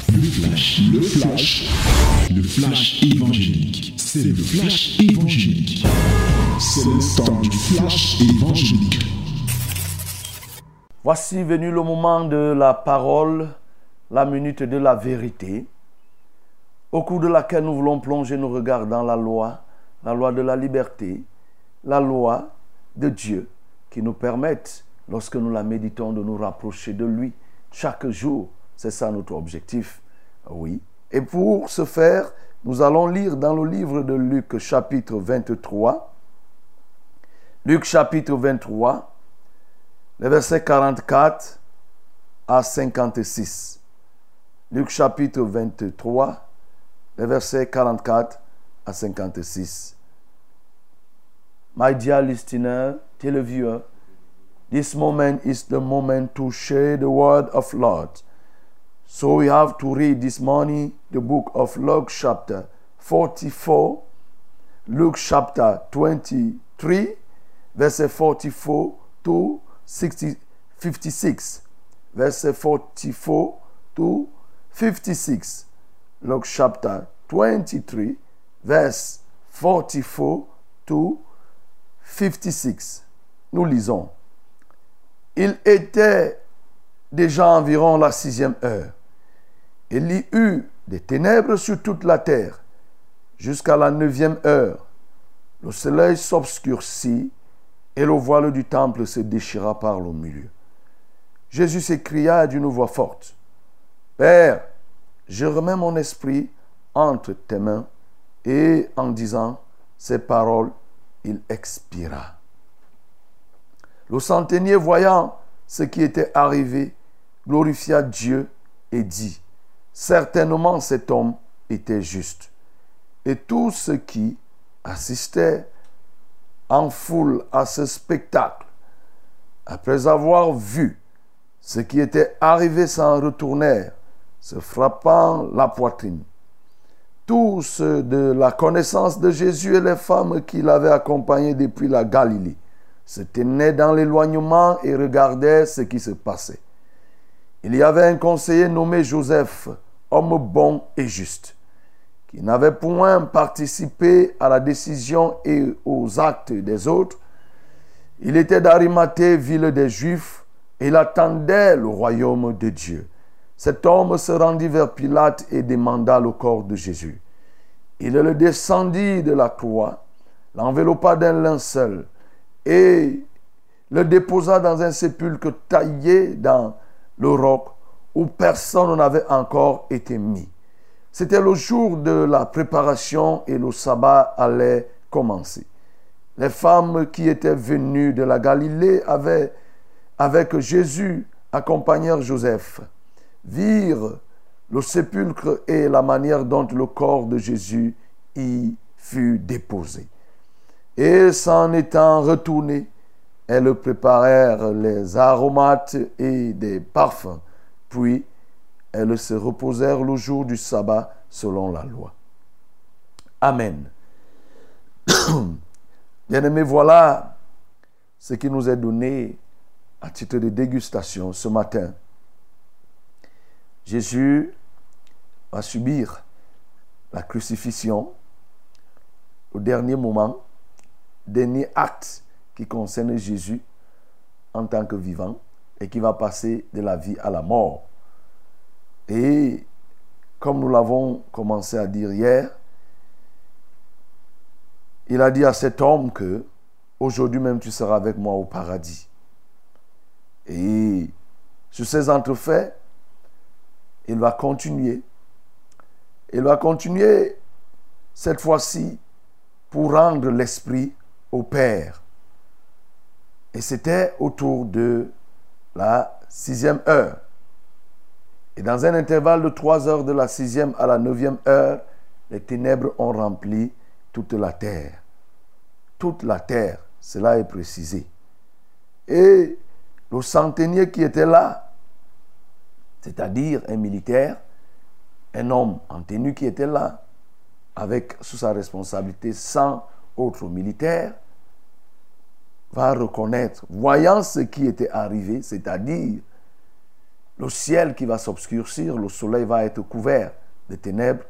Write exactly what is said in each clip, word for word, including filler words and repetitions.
Le flash, le flash, le flash évangélique. C'est le flash évangélique. C'est le temps du flash évangélique. Voici venu le moment de la parole, la minute de la vérité, au cours de laquelle nous voulons plonger nos regards dans la loi, la loi de la liberté, la loi de Dieu, qui nous permettent, lorsque nous la méditons, de nous rapprocher de lui chaque jour. C'est ça notre objectif, oui. Et pour ce faire, nous allons lire dans le livre de Luc, chapitre vingt-trois. Luc, chapitre vingt-trois, les versets quarante-quatre à cinquante-six. Luc, chapitre vingt-trois, les versets quarante-quatre à cinquante-six. My dear listener, televiewer, this moment is the moment to share the word of Lord. So we have to read this morning the book of Luke chapter forty-four, Luke chapter twenty-three, verset forty-four to fifty-six. Verset forty-four to fifty-six. Luke chapter twenty-three, verse forty-four to fifty-six. Nous lisons. Il était déjà environ la sixième heure. Il y eut des ténèbres sur toute la terre jusqu'à la neuvième heure. Le soleil s'obscurcit et le voile du temple se déchira par le milieu. Jésus s'écria d'une voix forte, « Père, je remets mon esprit entre tes mains. » Et en disant ces paroles, il expira. Le centenier, voyant ce qui était arrivé, glorifia Dieu et dit, « Certainement cet homme était juste. » Et tous ceux qui assistaient en foule à ce spectacle, après avoir vu ce qui était arrivé, s'en retournèrent, se frappant la poitrine. Tous ceux de la connaissance de Jésus et les femmes qui l'avaient accompagné depuis la Galilée se tenaient dans l'éloignement et regardaient ce qui se passait. Il y avait un conseiller nommé Joseph, homme bon et juste, qui n'avait point participé à la décision et aux actes des autres. Il était d'Arimathée, ville des Juifs, et il attendait le royaume de Dieu. Cet homme se rendit vers Pilate et demanda le corps de Jésus. Il le descendit de la croix, l'enveloppa d'un linceul et le déposa dans un sépulcre taillé dans le roc où personne n'avait encore été mis. C'était le jour de la préparation et le sabbat allait commencer. Les femmes qui étaient venues de la Galilée avaient, avec Jésus, accompagnèrent Joseph, virent le sépulcre et la manière dont le corps de Jésus y fut déposé. Et s'en étant retournés, elles préparèrent les aromates et des parfums, puis elles se reposèrent le jour du sabbat selon la loi. Amen. Bien-aimés, voilà ce qui nous est donné à titre de dégustation ce matin. Jésus va subir la crucifixion au dernier moment, dernier acte qui concerne Jésus en tant que vivant et qui va passer de la vie à la mort. Et comme nous l'avons commencé à dire hier, il a dit à cet homme que aujourd'hui même tu seras avec moi au paradis. Et sur ces entrefaits, il va continuer. Il va continuer cette fois-ci pour rendre l'esprit au Père. Et c'était autour de la sixième heure. Et dans un intervalle de trois heures de la sixième à la neuvième heure, les ténèbres ont rempli toute la terre. Toute la terre, cela est précisé. Et le centenier qui était là, c'est-à-dire un militaire, un homme en tenue qui était là, avec sous sa responsabilité cent autres militaires, va reconnaître, voyant ce qui était arrivé, c'est-à-dire le ciel qui va s'obscurcir, le soleil va être couvert de ténèbres.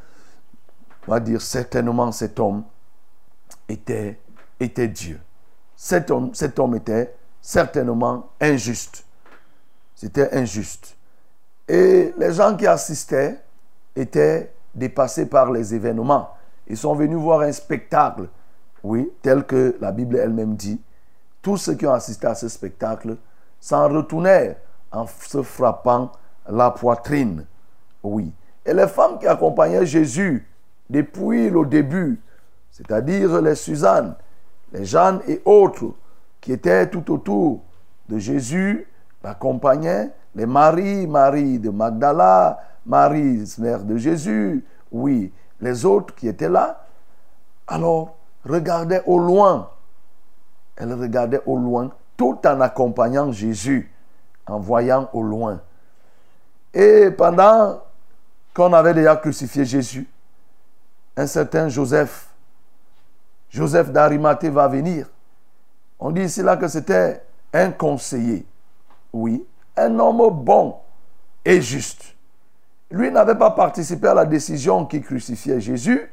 On va dire certainement cet homme était, était Dieu. Cet homme, cet homme était certainement injuste. C'était injuste. Et les gens qui assistaient étaient dépassés par les événements. Ils sont venus voir un spectacle, oui, tel que la Bible elle-même dit. Tous ceux qui ont assisté à ce spectacle s'en retournèrent en se frappant la poitrine. Oui. Et les femmes qui accompagnaient Jésus depuis le début, c'est-à-dire les Suzanne, les Jeanne et autres qui étaient tout autour de Jésus, l'accompagnaient, les Marie, Marie de Magdala, Marie, mère de Jésus, oui, les autres qui étaient là, alors regardaient au loin. Elles regardaient au loin, tout en accompagnant Jésus, en voyant au loin. Et pendant qu'on avait déjà crucifié Jésus, un certain Joseph, Joseph d'Arimathée va venir. On dit ici là que c'était un conseiller, oui, un homme bon et juste. Lui n'avait pas participé à la décision qui crucifiait Jésus.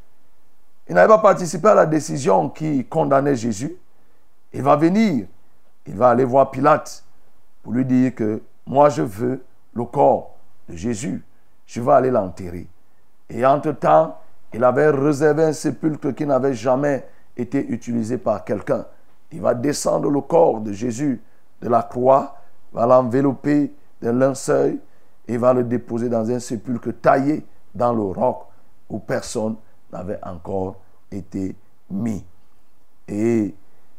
Il n'avait pas participé à la décision qui condamnait Jésus. Il va venir, il va aller voir Pilate pour lui dire que moi je veux le corps de Jésus. Je vais aller l'enterrer. Et entre-temps, il avait réservé un sépulcre qui n'avait jamais été utilisé par quelqu'un. Il va descendre le corps de Jésus de la croix, va l'envelopper d'un linceul et va le déposer dans un sépulcre taillé dans le roc où personne n'avait encore été mis. Et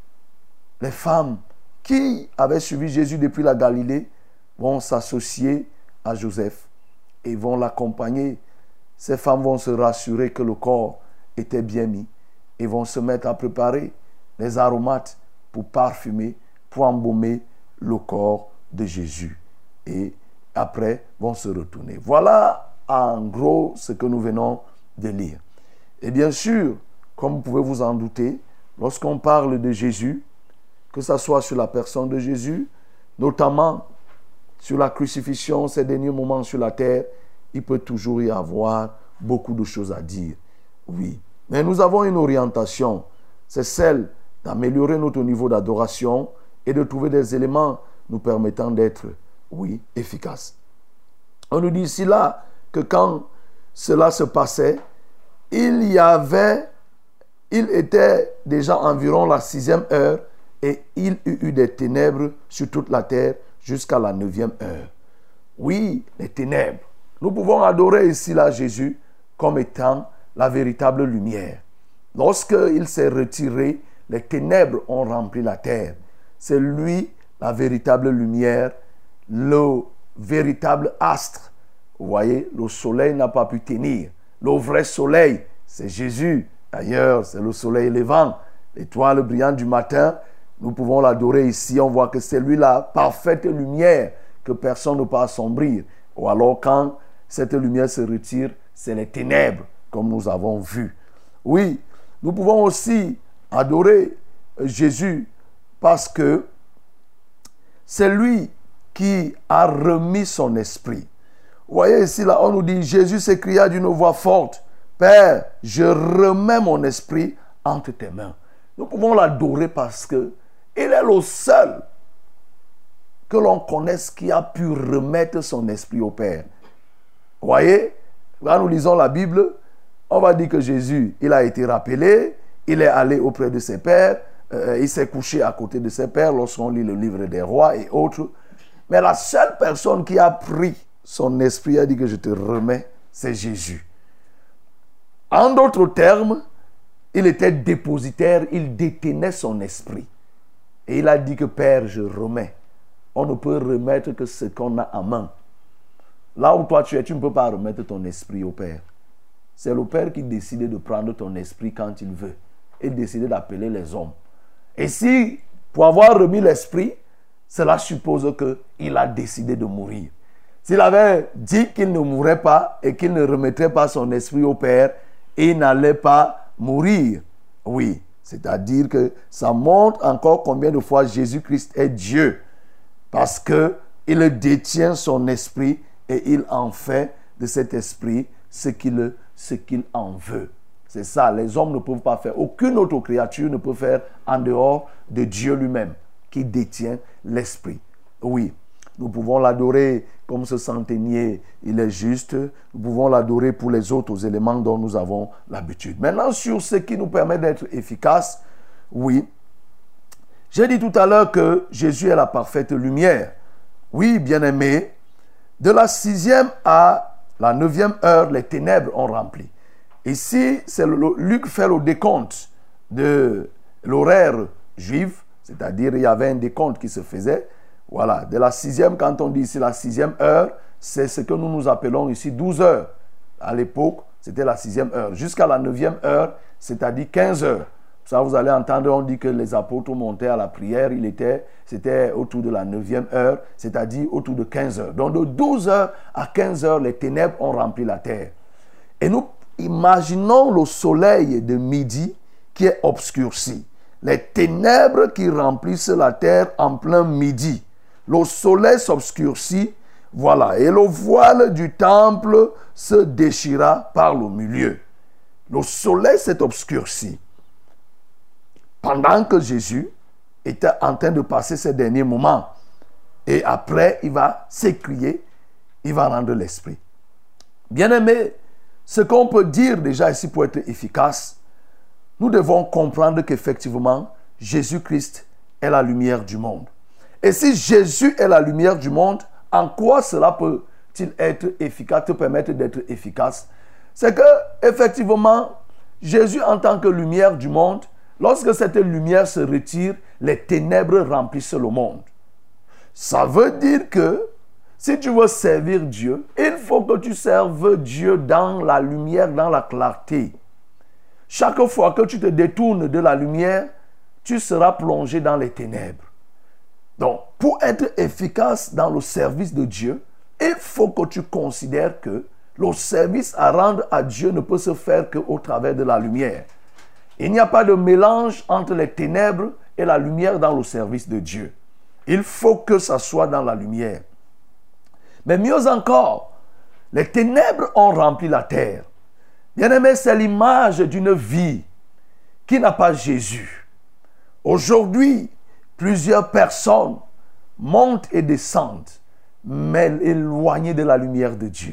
les femmes qui avaient suivi Jésus depuis la Galilée vont s'associer à Joseph et vont l'accompagner. Ces femmes vont se rassurer que le corps était bien mis et vont se mettre à préparer les aromates pour parfumer, pour embaumer le corps de Jésus. Et après, vont se retourner. Voilà en gros ce que nous venons de lire. Et bien sûr, comme vous pouvez vous en douter, lorsqu'on parle de Jésus, que ce soit sur la personne de Jésus, notamment sur la crucifixion, ces derniers moments sur la terre, il peut toujours y avoir beaucoup de choses à dire. Oui. Mais nous avons une orientation, c'est celle d'améliorer notre niveau d'adoration et de trouver des éléments nous permettant d'être, oui, efficaces. On nous dit ici là que quand cela se passait, il y avait, il était déjà environ la sixième heure et il y eut des ténèbres sur toute la terre jusqu'à la neuvième heure. Oui, les ténèbres. Nous pouvons adorer ici là Jésus comme étant la véritable lumière. Lorsqu'il s'est retiré, les ténèbres ont rempli la terre. C'est lui la véritable lumière, le véritable astre. Vous voyez, le soleil n'a pas pu tenir. Le vrai soleil, c'est Jésus. D'ailleurs, c'est le soleil levant, l'étoile brillante du matin. Nous pouvons l'adorer ici. On voit que c'est lui la parfaite lumière que personne ne peut assombrir. Ou alors quand cette lumière se retire, c'est les ténèbres, comme nous avons vu. Oui, nous pouvons aussi adorer Jésus parce que c'est lui qui a remis son esprit. Vous voyez ici, là, on nous dit, Jésus s'écria d'une voix forte, Père, je remets mon esprit entre tes mains. Nous pouvons l'adorer parce que il est le seul que l'on connaisse qui a pu remettre son esprit au Père. Vous voyez, quand nous lisons la Bible, on va dire que Jésus, il a été rappelé, il est allé auprès de ses pères, euh, il s'est couché à côté de ses pères lorsqu'on lit le livre des rois et autres. Mais la seule personne qui a pris son esprit, a dit que je te remets, c'est Jésus. En d'autres termes, il était dépositaire, il détenait son esprit. Et il a dit que Père, je remets. On ne peut remettre que ce qu'on a en main. Là où toi tu es, tu ne peux pas remettre ton esprit au Père. C'est le Père qui décide de prendre ton esprit quand il veut et décide d'appeler les hommes. Et si, pour avoir remis l'esprit, cela suppose qu'il a décidé de mourir. S'il avait dit qu'il ne mourrait pas et qu'il ne remettrait pas son esprit au Père, il n'allait pas mourir. Oui, c'est-à-dire que ça montre encore combien de fois Jésus-Christ est Dieu. Parce qu'il il détient son esprit et il en fait de cet esprit ce qu'il, ce qu'il en veut. C'est ça, les hommes ne peuvent pas faire. Aucune autre créature ne peut faire en dehors de Dieu lui-même qui détient l'esprit. Oui, nous pouvons l'adorer comme ce centenier, il est juste. Nous pouvons l'adorer pour les autres éléments dont nous avons l'habitude. Maintenant, sur ce qui nous permet d'être efficaces, oui, j'ai dit tout à l'heure que Jésus est la parfaite lumière. Oui, bien-aimé, de la sixième à la neuvième heure, les ténèbres ont rempli. Ici, c'est le, Luc fait le décompte de l'horaire juif, c'est-à-dire il y avait un décompte qui se faisait. Voilà, de la sixième, quand on dit ici la sixième heure, c'est ce que nous nous appelons ici douze heures. À l'époque, c'était la sixième heure. Jusqu'à la neuvième heure, c'est-à-dire quinze heures. Ça, vous allez entendre, on dit que les apôtres montaient à la prière, il était, c'était autour de la neuvième heure, c'est-à-dire autour de quinze heures. Donc de douze heures à quinze heures, les ténèbres ont rempli la terre. Et nous imaginons le soleil de midi qui est obscurci. Les ténèbres qui remplissent la terre en plein midi. Le soleil s'obscurcit, voilà, et le voile du temple se déchira par le milieu. Le soleil s'est obscurci pendant que Jésus était en train de passer ses derniers moments. Et après, il va s'écrier, il va rendre l'esprit. Bien-aimés, ce qu'on peut dire déjà ici pour être efficace, nous devons comprendre qu'effectivement, Jésus-Christ est la lumière du monde. Et si Jésus est la lumière du monde, en quoi cela peut-il être efficace, te permettre d'être efficace? C'est que, effectivement, Jésus en tant que lumière du monde, lorsque cette lumière se retire, les ténèbres remplissent le monde. Ça veut dire que si tu veux servir Dieu, il faut que tu serves Dieu dans la lumière, dans la clarté. Chaque fois que tu te détournes de la lumière, tu seras plongé dans les ténèbres. Donc, pour être efficace dans le service de Dieu, il faut que tu considères que le service à rendre à Dieu ne peut se faire qu'au travers de la lumière. Il n'y a pas de mélange entre les ténèbres et la lumière dans le service de Dieu. Il faut que ça soit dans la lumière. Mais mieux encore, les ténèbres ont rempli la terre. Bien-aimé, c'est l'image d'une vie qui n'a pas Jésus. Aujourd'hui, plusieurs personnes montent et descendent, mais éloignées de la lumière de Dieu.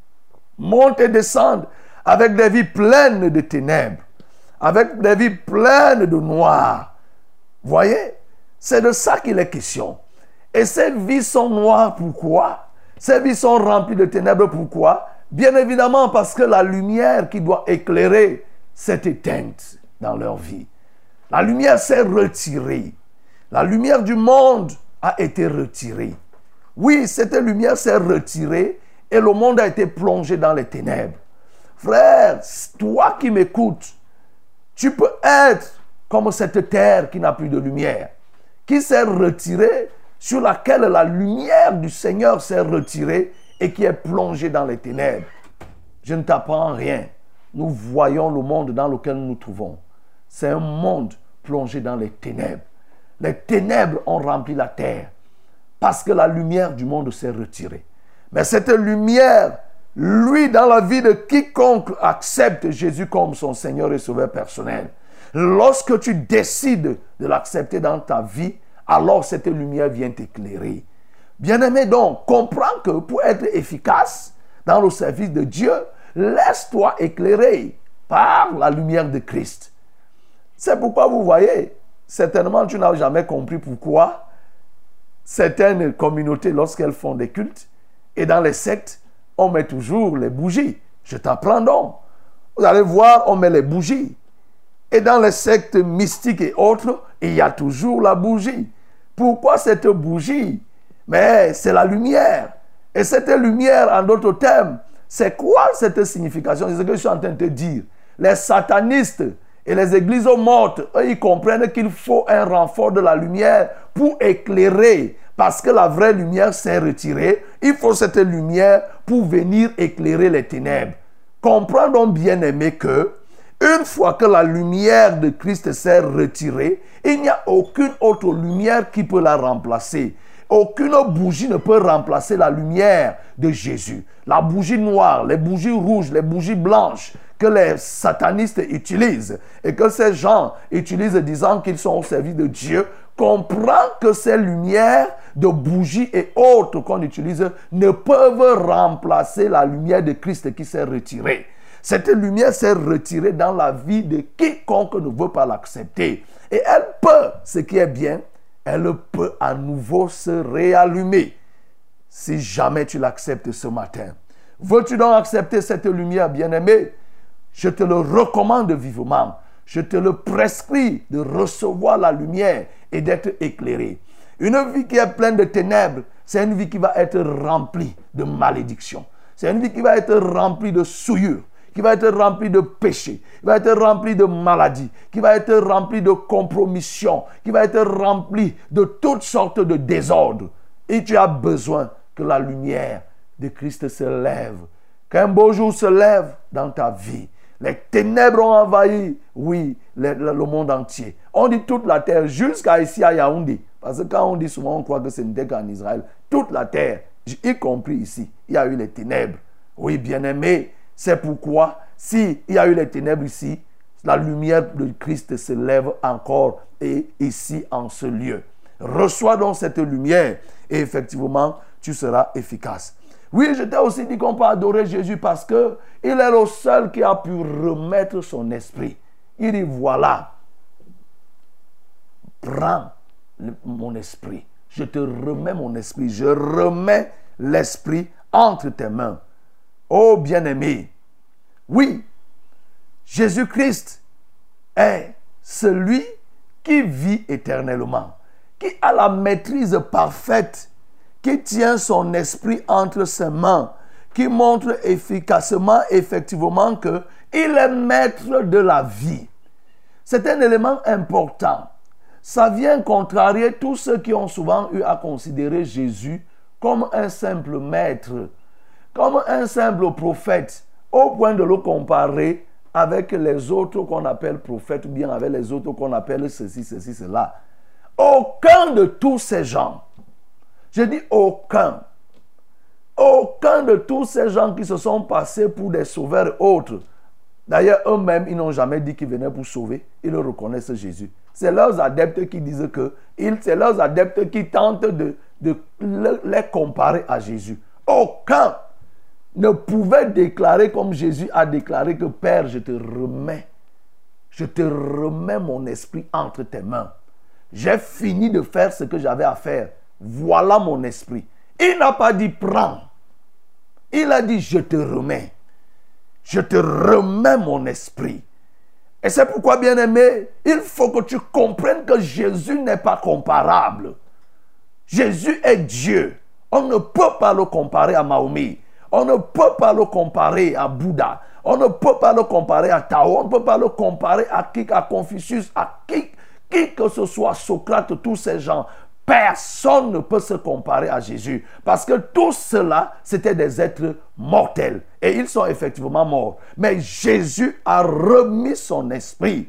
Montent et descendent avec des vies pleines de ténèbres, avec des vies pleines de noir. Voyez, c'est de ça qu'il est question. Et ces vies sont noires, pourquoi? Ces vies sont remplies de ténèbres, pourquoi? Bien évidemment parce que la lumière qui doit éclairer s'est éteinte dans leur vie. La lumière s'est retirée. La lumière du monde a été retirée. Oui, cette lumière s'est retirée et le monde a été plongé dans les ténèbres. Frère, toi qui m'écoutes, tu peux être comme cette terre qui n'a plus de lumière, qui s'est retirée, sur laquelle la lumière du Seigneur s'est retirée et qui est plongée dans les ténèbres. Je ne t'apprends rien. Nous voyons le monde dans lequel nous nous trouvons. C'est un monde plongé dans les ténèbres. Les ténèbres ont rempli la terre parce que la lumière du monde s'est retirée. Mais cette lumière, lui, dans la vie de quiconque accepte Jésus comme son Seigneur et Sauveur personnel, lorsque tu décides de l'accepter dans ta vie, alors cette lumière vient t'éclairer. Bien-aimé, donc, comprends que pour être efficace dans le service de Dieu, laisse-toi éclairer par la lumière de Christ. C'est pourquoi vous voyez, certainement tu n'as jamais compris pourquoi certaines communautés, lorsqu'elles font des cultes, et dans les sectes, on met toujours les bougies. Je t'apprends donc. Vous allez voir, on met les bougies. Et dans les sectes mystiques et autres, il y a toujours la bougie. Pourquoi cette bougie? Mais c'est la lumière. Et cette lumière, en d'autres termes, c'est quoi cette signification? C'est ce que je suis en train de te dire. Les satanistes et les églises mortes, eux, ils comprennent qu'il faut un renfort de la lumière pour éclairer. Parce que la vraie lumière s'est retirée. Il faut cette lumière pour venir éclairer les ténèbres. Comprends donc, bien-aimé, que une fois que la lumière de Christ s'est retirée, il n'y a aucune autre lumière qui peut la remplacer. Aucune bougie ne peut remplacer la lumière de Jésus. La bougie noire, les bougies rouges, les bougies blanches que les satanistes utilisent et que ces gens utilisent disant qu'ils sont au service de Dieu, comprend que ces lumières de bougies et autres qu'on utilise ne peuvent remplacer la lumière de Christ qui s'est retirée. Cette lumière s'est retirée dans la vie de quiconque ne veut pas l'accepter. Et elle peut, ce qui est bien, elle peut à nouveau se réallumer si jamais tu l'acceptes ce matin. Veux-tu donc accepter cette lumière, bien-aimé? Je te le recommande vivement. Je te le prescris de recevoir la lumière et d'être éclairé. Une vie qui est pleine de ténèbres, c'est une vie qui va être remplie de malédictions. C'est une vie qui va être remplie de souillures, qui va être remplie de péchés, qui va être remplie de maladies, qui va être remplie de compromissions, qui va être remplie de toutes sortes de désordres. Et tu as besoin que la lumière de Christ se lève, qu'un beau jour se lève dans ta vie. Les ténèbres ont envahi, oui, le, le, le monde entier. On dit toute la terre, jusqu'à ici à Yaoundé. Parce que quand on dit souvent, on croit que ce n'était qu'en Israël. Toute la terre, y compris ici, il y a eu les ténèbres. Oui, bien-aimé, c'est pourquoi, s'il y a eu les ténèbres ici, la lumière de Christ se lève encore et ici en ce lieu. Reçois donc cette lumière et effectivement, tu seras efficace. Oui, je t'ai aussi dit qu'on peut adorer Jésus parce qu'il est le seul qui a pu remettre son esprit. Il dit, voilà, prends le, mon esprit. Je te remets mon esprit. Je remets l'esprit entre tes mains. Oh bien-aimé, oui, Jésus-Christ est celui qui vit éternellement, qui a la maîtrise parfaite, qui tient son esprit entre ses mains, qui montre efficacement, effectivement, qu'il est maître de la vie. C'est un élément important. Ça vient contrarier tous ceux qui ont souvent eu à considérer Jésus comme un simple maître, comme un simple prophète, au point de le comparer avec les autres qu'on appelle prophètes, ou bien avec les autres qu'on appelle ceci, ceci, cela. Aucun de tous ces gens, je dis aucun, aucun de tous ces gens qui se sont passés pour des sauveurs et autres, d'ailleurs eux-mêmes, ils n'ont jamais dit qu'ils venaient pour sauver, ils le reconnaissent Jésus. C'est leurs adeptes qui disent que, c'est leurs adeptes qui tentent de, de les comparer à Jésus. Aucun ne pouvait déclarer comme Jésus a déclaré que Père, je te remets, je te remets mon esprit entre tes mains. J'ai fini de faire ce que j'avais à faire. Voilà mon esprit. Il n'a pas dit prends. Il a dit je te remets. Je te remets mon esprit. Et c'est pourquoi, bien-aimé, il faut que tu comprennes que Jésus n'est pas comparable. Jésus est Dieu. On ne peut pas le comparer à Mahomet. On ne peut pas le comparer à Bouddha. On ne peut pas le comparer à Tao. On ne peut pas le comparer à qui, à Confucius, à qui, qui que ce soit, Socrate, tous ces gens. Personne ne peut se comparer à Jésus. Parce que tous ceux-là, c'était des êtres mortels. Et ils sont effectivement morts. Mais Jésus a remis son esprit.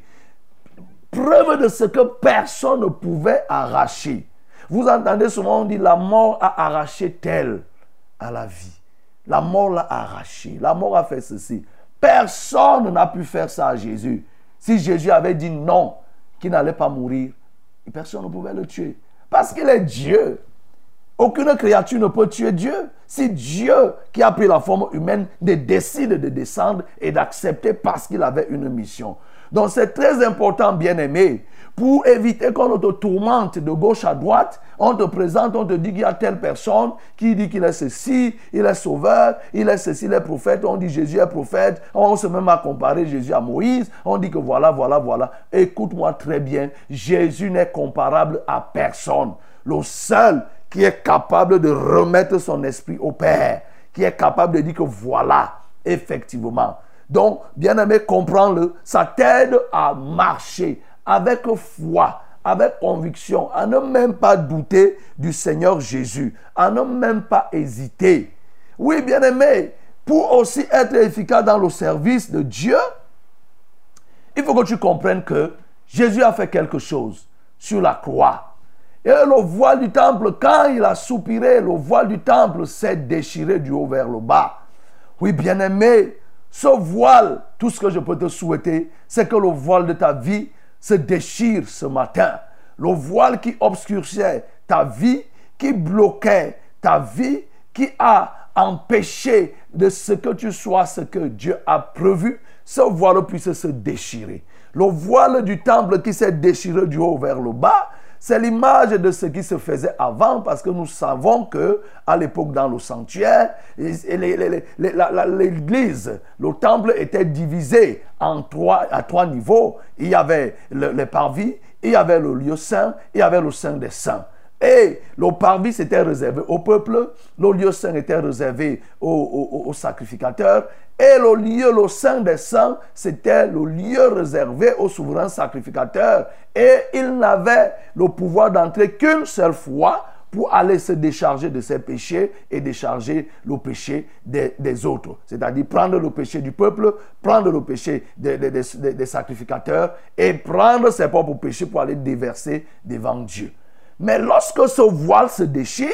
Preuve de ce que personne ne pouvait arracher. Vous entendez souvent, on dit la mort a arraché tel à la vie. La mort l'a arraché. La mort a fait ceci. Personne n'a pu faire ça à Jésus. Si Jésus avait dit non, qu'il n'allait pas mourir, personne ne pouvait le tuer. Parce qu'il est Dieu. Aucune créature ne peut tuer Dieu. Si Dieu, qui a pris la forme humaine, décide de descendre et d'accepter parce qu'il avait une mission. Donc c'est très important, bien-aimé, pour éviter qu'on te tourmente de gauche à droite. On te présente, on te dit qu'il y a telle personne qui dit qu'il est ceci, il est sauveur, il est ceci, il est prophète. On dit Jésus est prophète. On se met à comparer Jésus à Moïse. On dit que voilà, voilà, voilà. Écoute-moi très bien. Jésus n'est comparable à personne. Le seul qui est capable de remettre son esprit au Père, qui est capable de dire que voilà, effectivement. Donc, bien-aimé, comprends-le. Ça t'aide à marcher avec foi, avec conviction, à ne même pas douter du Seigneur Jésus, à ne même pas hésiter. Oui, bien-aimé, pour aussi être efficace dans le service de Dieu, il faut que tu comprennes que Jésus a fait quelque chose sur la croix. Et le voile du temple, quand il a soupiré, le voile du temple s'est déchiré du haut vers le bas. Oui, bien-aimé, ce voile, tout ce que je peux te souhaiter, c'est que le voile de ta vie se déchire ce matin. Le voile qui obscurcissait ta vie, qui bloquait ta vie, qui a empêché de ce que tu sois ce que Dieu a prévu, ce voile puisse se déchirer. Le voile du temple qui s'est déchiré du haut vers le bas, c'est l'image de ce qui se faisait avant, parce que nous savons que à l'époque dans le sanctuaire, l'église, le temple était divisé en trois, à trois niveaux. Il y avait le, les parvis, il y avait le lieu saint, il y avait le saint des saints. Et le parvis était réservé au peuple, le lieu saint était réservé aux, aux, aux sacrificateurs, et le lieu, le saint des saints, c'était le lieu réservé aux souverains sacrificateurs. Et il n'avait le pouvoir d'entrer qu'une seule fois pour aller se décharger de ses péchés et décharger le péché des, des autres. C'est-à-dire prendre le péché du peuple, prendre le péché des, des, des, des sacrificateurs et prendre ses propres péchés pour aller déverser devant Dieu. Mais lorsque ce voile se déchire,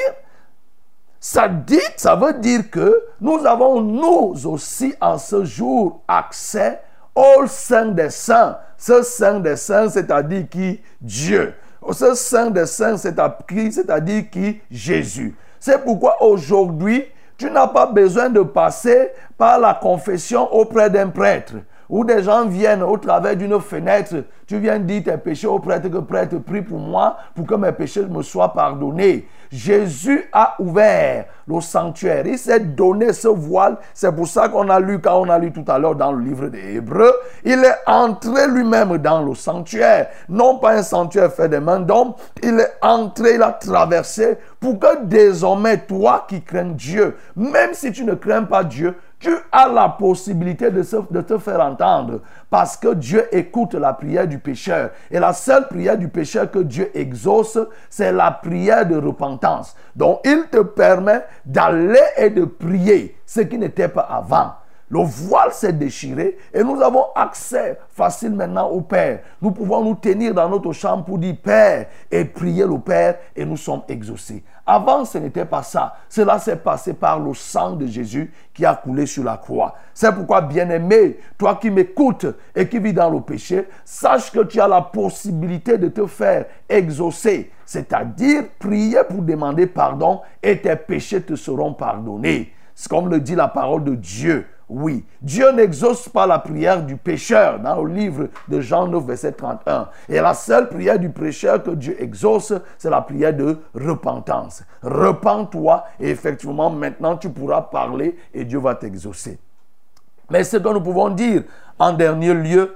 ça dit, ça veut dire que nous avons nous aussi en ce jour accès au Saint des Saints. Ce Saint des Saints, c'est-à-dire qui? Dieu. Ce Saint des Saints, c'est-à-dire qui? Jésus. C'est pourquoi aujourd'hui, tu n'as pas besoin de passer par la confession auprès d'un prêtre. Où des gens viennent au travers d'une fenêtre, tu viens dire tes péchés au prêtre, que prêtre prie pour moi, pour que mes péchés me soient pardonnés. Jésus a ouvert le sanctuaire, il s'est donné ce voile. C'est pour ça qu'on a lu, quand on a lu tout à l'heure dans le livre des Hébreux, il est entré lui-même dans le sanctuaire, non pas un sanctuaire fait de mains d'hommes, il est entré, il a traversé, pour que désormais toi qui crains Dieu, même si tu ne crains pas Dieu, tu as la possibilité de, se, de te faire entendre, parce que Dieu écoute la prière du pécheur. Et la seule prière du pécheur que Dieu exauce, c'est la prière de repentance. Donc, il te permet d'aller et de prier, ce qui n'était pas avant. Le voile s'est déchiré et nous avons accès facile maintenant au Père. Nous pouvons nous tenir dans notre chambre pour dire Père et prier le Père et nous sommes exaucés. Avant, ce n'était pas ça. Cela s'est passé par le sang de Jésus qui a coulé sur la croix. C'est pourquoi, bien-aimé, toi qui m'écoutes et qui vis dans le péché, sache que tu as la possibilité de te faire exaucer, c'est-à-dire prier pour demander pardon et tes péchés te seront pardonnés. C'est comme le dit la parole de Dieu. Oui, Dieu n'exauce pas la prière du pécheur dans le livre de Jean neuf, verset trente et un. Et la seule prière du pécheur que Dieu exauce, c'est la prière de repentance. Repends-toi et effectivement, maintenant, tu pourras parler et Dieu va t'exaucer. Mais ce que nous pouvons dire en dernier lieu,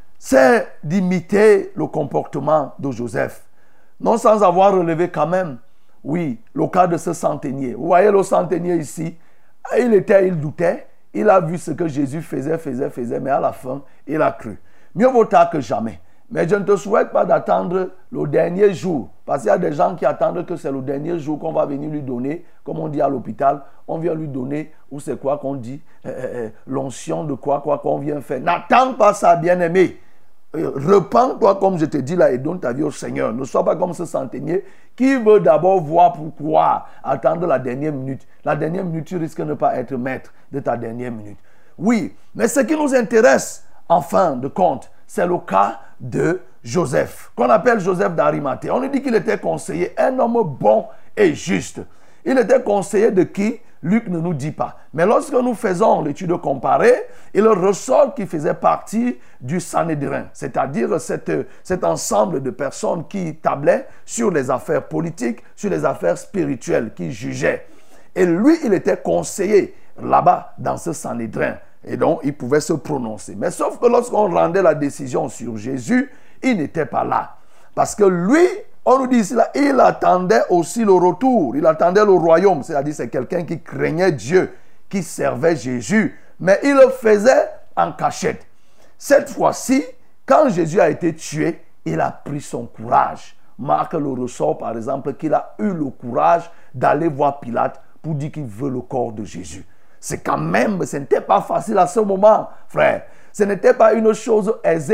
c'est d'imiter le comportement de Joseph. Non sans avoir relevé quand même, oui, le cas de ce centenier. Vous voyez le centenier ici, il était, il doutait. Il a vu ce que Jésus faisait, faisait, faisait, mais à la fin, il a cru. Mieux vaut tard que jamais. Mais je ne te souhaite pas d'attendre le dernier jour. Parce qu'il y a des gens qui attendent que c'est le dernier jour qu'on va venir lui donner, comme on dit à l'hôpital, on vient lui donner, ou c'est quoi qu'on dit, euh, euh, l'onction de quoi, quoi qu'on vient faire. N'attends pas ça, bien-aimé. Euh, repends-toi, comme je te dis là, et donne ta vie au Seigneur. Ne sois pas comme ce centenier qui veut d'abord voir pourquoi attendre la dernière minute. La dernière minute, tu risques de ne pas être maître de ta dernière minute. Oui, mais ce qui nous intéresse, en fin de compte, c'est le cas de Joseph, qu'on appelle Joseph d'Arimathée. On nous dit qu'il était conseiller, un homme bon et juste. Il était conseiller de qui? Luc ne nous dit pas. Mais lorsque nous faisons l'étude comparée, il ressort qu'il faisait partie du Sanhédrin, c'est-à-dire cette, cet ensemble de personnes qui tablaient sur les affaires politiques, sur les affaires spirituelles, qui jugeaient. Et lui, il était conseiller là-bas dans ce Sanhédrin. Et donc, il pouvait se prononcer. Mais sauf que lorsqu'on rendait la décision sur Jésus, il n'était pas là. Parce que lui, on nous dit ici, là, il attendait aussi le retour. Il attendait le royaume. C'est-à-dire c'est quelqu'un qui craignait Dieu, qui servait Jésus. Mais il le faisait en cachette. Cette fois-ci, quand Jésus a été tué, il a pris son courage. Marc le ressort, par exemple, qu'il a eu le courage d'aller voir Pilate pour dire qu'il veut le corps de Jésus. C'est quand même, ce n'était pas facile à ce moment, frère. Ce n'était pas une chose aisée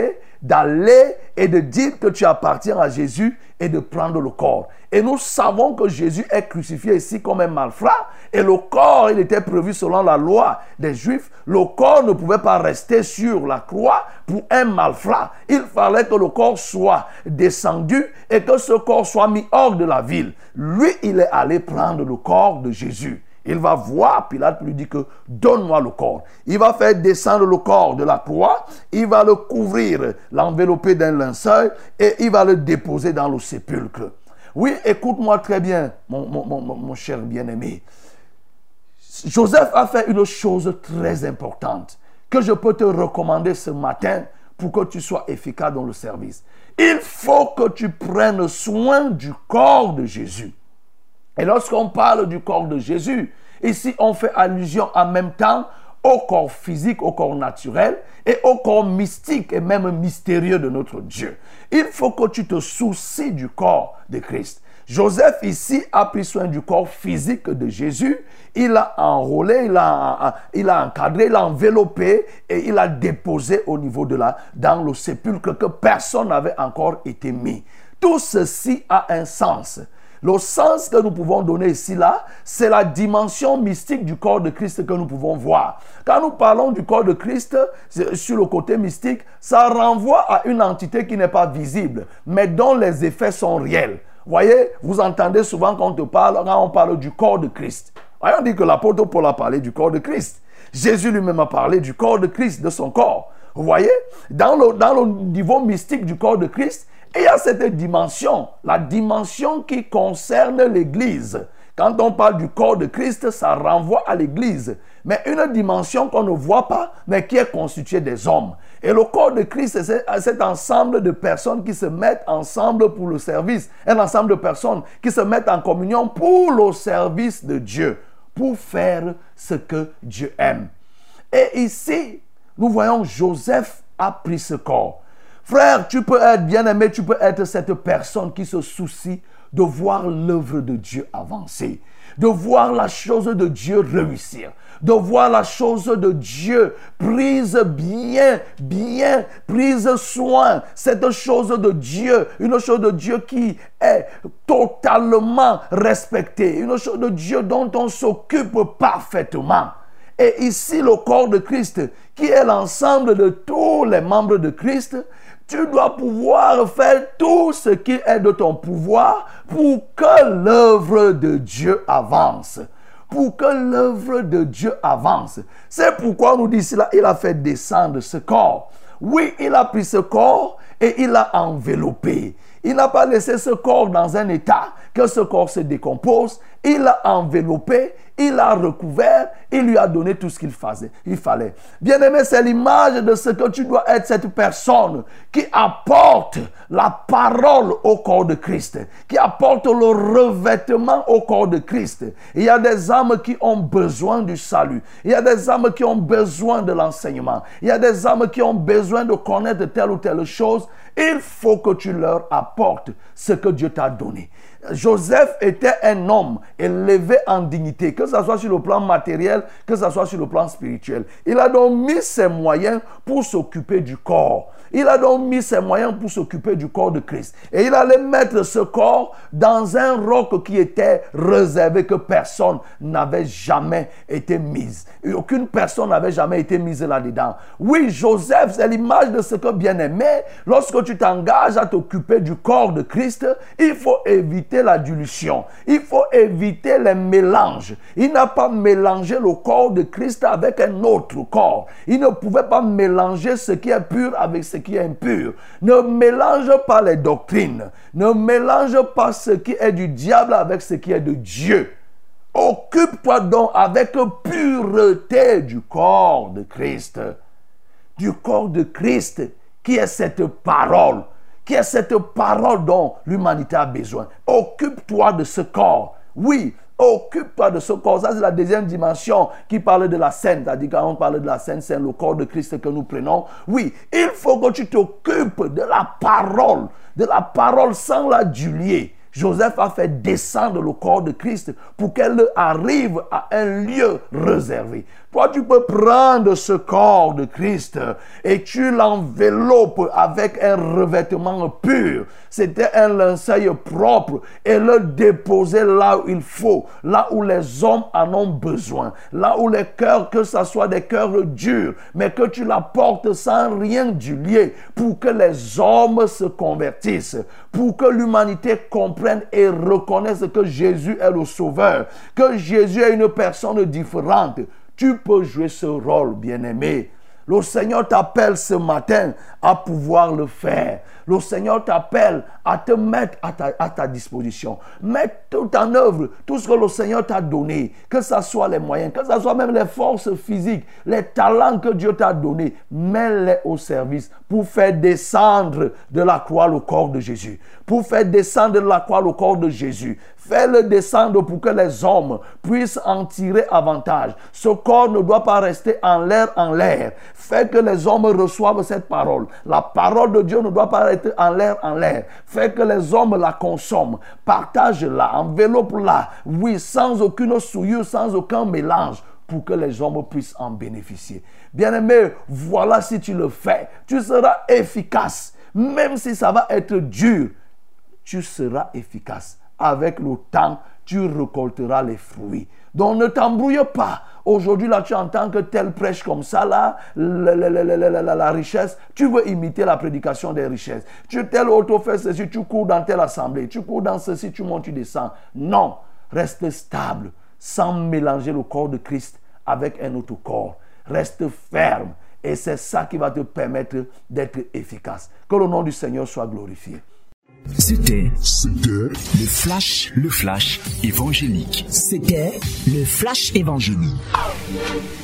d'aller et de dire que tu appartiens à Jésus et de prendre le corps. Et nous savons que Jésus est crucifié ici comme un malfrat et le corps, il était prévu selon la loi des Juifs. Le corps ne pouvait pas rester sur la croix pour un malfrat. Il fallait que le corps soit descendu et que ce corps soit mis hors de la ville. Lui, il est allé prendre le corps de Jésus. Il va voir, Pilate lui dit que donne-moi le corps. Il va faire descendre le corps de la croix, il va le couvrir, l'envelopper d'un linceul et il va le déposer dans le sépulcre. Oui, écoute-moi très bien, mon, mon, mon, mon cher bien-aimé. Joseph a fait une chose très importante que je peux te recommander ce matin pour que tu sois efficace dans le service. Il faut que tu prennes soin du corps de Jésus. Et lorsqu'on parle du corps de Jésus, ici on fait allusion en même temps au corps physique, au corps naturel et au corps mystique et même mystérieux de notre Dieu. Il faut que tu te soucies du corps de Christ. Joseph ici a pris soin du corps physique de Jésus. Il l'a enrôlé, il l'a, il a encadré, il l'a enveloppé et il l'a déposé au niveau de la, dans le sépulcre que personne n'avait encore été mis. Tout ceci a un sens. Le sens que nous pouvons donner ici, là, c'est la dimension mystique du corps de Christ que nous pouvons voir. Quand nous parlons du corps de Christ, sur le côté mystique, ça renvoie à une entité qui n'est pas visible, mais dont les effets sont réels. Vous voyez, vous entendez souvent quand on, te parle, quand on parle du corps de Christ. On dit que l'apôtre Paul a parlé du corps de Christ. Jésus lui-même a parlé du corps de Christ, de son corps. Vous voyez, dans le, dans le niveau mystique du corps de Christ, il y a cette dimension, la dimension qui concerne l'Église. Quand on parle du corps de Christ, ça renvoie à l'Église. Mais une dimension qu'on ne voit pas, mais qui est constituée des hommes. Et le corps de Christ, c'est cet ensemble de personnes qui se mettent ensemble pour le service. Un ensemble de personnes qui se mettent en communion pour le service de Dieu. Pour faire ce que Dieu aime. Et ici, nous voyons Joseph a pris ce corps. Frère, tu peux être bien-aimé, tu peux être cette personne qui se soucie de voir l'œuvre de Dieu avancer, de voir la chose de Dieu réussir, de voir la chose de Dieu prise bien, bien, prise soin. Cette chose de Dieu, une chose de Dieu qui est totalement respectée, une chose de Dieu dont on s'occupe parfaitement. Et ici, le corps de Christ, qui est l'ensemble de tous les membres de Christ, tu dois pouvoir faire tout ce qui est de ton pouvoir pour que l'œuvre de Dieu avance. Pour que l'œuvre de Dieu avance. C'est pourquoi on nous dit cela, il a fait descendre ce corps. Oui, il a pris ce corps et il l'a enveloppé. Il n'a pas laissé ce corps dans un état que ce corps se décompose. Il l'a enveloppé, il l'a recouvert, il lui a donné tout ce qu'il faisait, il fallait. Bien-aimé, c'est l'image de ce que tu dois être, cette personne qui apporte la parole au corps de Christ, qui apporte le revêtement au corps de Christ. Il y a des âmes qui ont besoin du salut. Il y a des âmes qui ont besoin de l'enseignement. Il y a des âmes qui ont besoin de connaître telle ou telle chose. Il faut que tu leur apportes ce que Dieu t'a donné. Joseph était un homme élevé en dignité, que ce soit sur le plan matériel, que ce soit sur le plan spirituel. Il a donc mis ses moyens pour s'occuper du corps. Il a donc mis ses moyens pour s'occuper du corps de Christ. Et il allait mettre ce corps dans un roc qui était réservé, que personne n'avait jamais été mise. Et aucune personne n'avait jamais été mise là-dedans. Oui, Joseph, c'est l'image de ce que, bien-aimé, lorsque tu t'engages à t'occuper du corps de Christ, il faut éviter la dilution. Il faut éviter les mélanges. Il n'a pas mélangé le corps de Christ avec un autre corps. Il ne pouvait pas mélanger ce qui est pur avec ce qui est impur. Ne mélange pas les doctrines. Ne mélange pas ce qui est du diable avec ce qui est de Dieu. Occupe-toi donc avec pureté du corps de Christ. Du corps de Christ qui est cette parole. Qui est cette parole dont l'humanité a besoin. Occupe-toi de ce corps. Oui, occupe-toi de ce corps. Ça, c'est la deuxième dimension qui parle de la scène. C'est-à-dire, quand on parle de la scène, c'est le corps de Christ que nous prenons. Oui, il faut que tu t'occupes de la parole. De la parole sans la diluer. Joseph a fait descendre le corps de Christ pour qu'elle arrive à un lieu réservé. Toi, tu peux prendre ce corps de Christ et tu l'enveloppes avec un revêtement pur. C'était un linceul propre et le déposer là où il faut, là où les hommes en ont besoin, là où les cœurs, que ce soit des cœurs durs, mais que tu la portes sans rien du lier pour que les hommes se convertissent, pour que l'humanité comprenne et reconnaisse que Jésus est le Sauveur, que Jésus est une personne différente. Tu peux jouer ce rôle, bien-aimé. Le Seigneur t'appelle ce matin à pouvoir le faire. Le Seigneur t'appelle à te mettre à ta, à ta disposition. Mettre tout en œuvre, tout ce que le Seigneur t'a donné, que ce soit les moyens, que ce soit même les forces physiques, les talents que Dieu t'a donnés, mets-les au service pour faire descendre de la croix le corps de Jésus. Pour faire descendre de la croix le corps de Jésus. Fais-le descendre pour que les hommes puissent en tirer avantage. Ce corps ne doit pas rester en l'air, en l'air. Fais que les hommes reçoivent cette parole. La parole de Dieu ne doit pas être en l'air, en l'air. Fais que les hommes la consomment. Partage-la, enveloppe-la. Oui, sans aucune souillure, sans aucun mélange, pour que les hommes puissent en bénéficier. Bien-aimé, voilà, si tu le fais, tu seras efficace. Même si ça va être dur, tu seras efficace. Avec le temps, tu récolteras les fruits. Donc ne t'embrouille pas. Aujourd'hui, là, tu entends que tel prêche comme ça, là, la, la, la, la, la, la richesse, tu veux imiter la prédication des richesses. Tu tel autre fait ceci, tu cours dans telle assemblée, tu cours dans ceci, tu montes, tu descends. Non, reste stable, sans mélanger le corps de Christ avec un autre corps. Reste ferme et c'est ça qui va te permettre d'être efficace. Que le nom du Seigneur soit glorifié. C'était, C'était le flash, le flash évangélique. C'était le flash évangélique.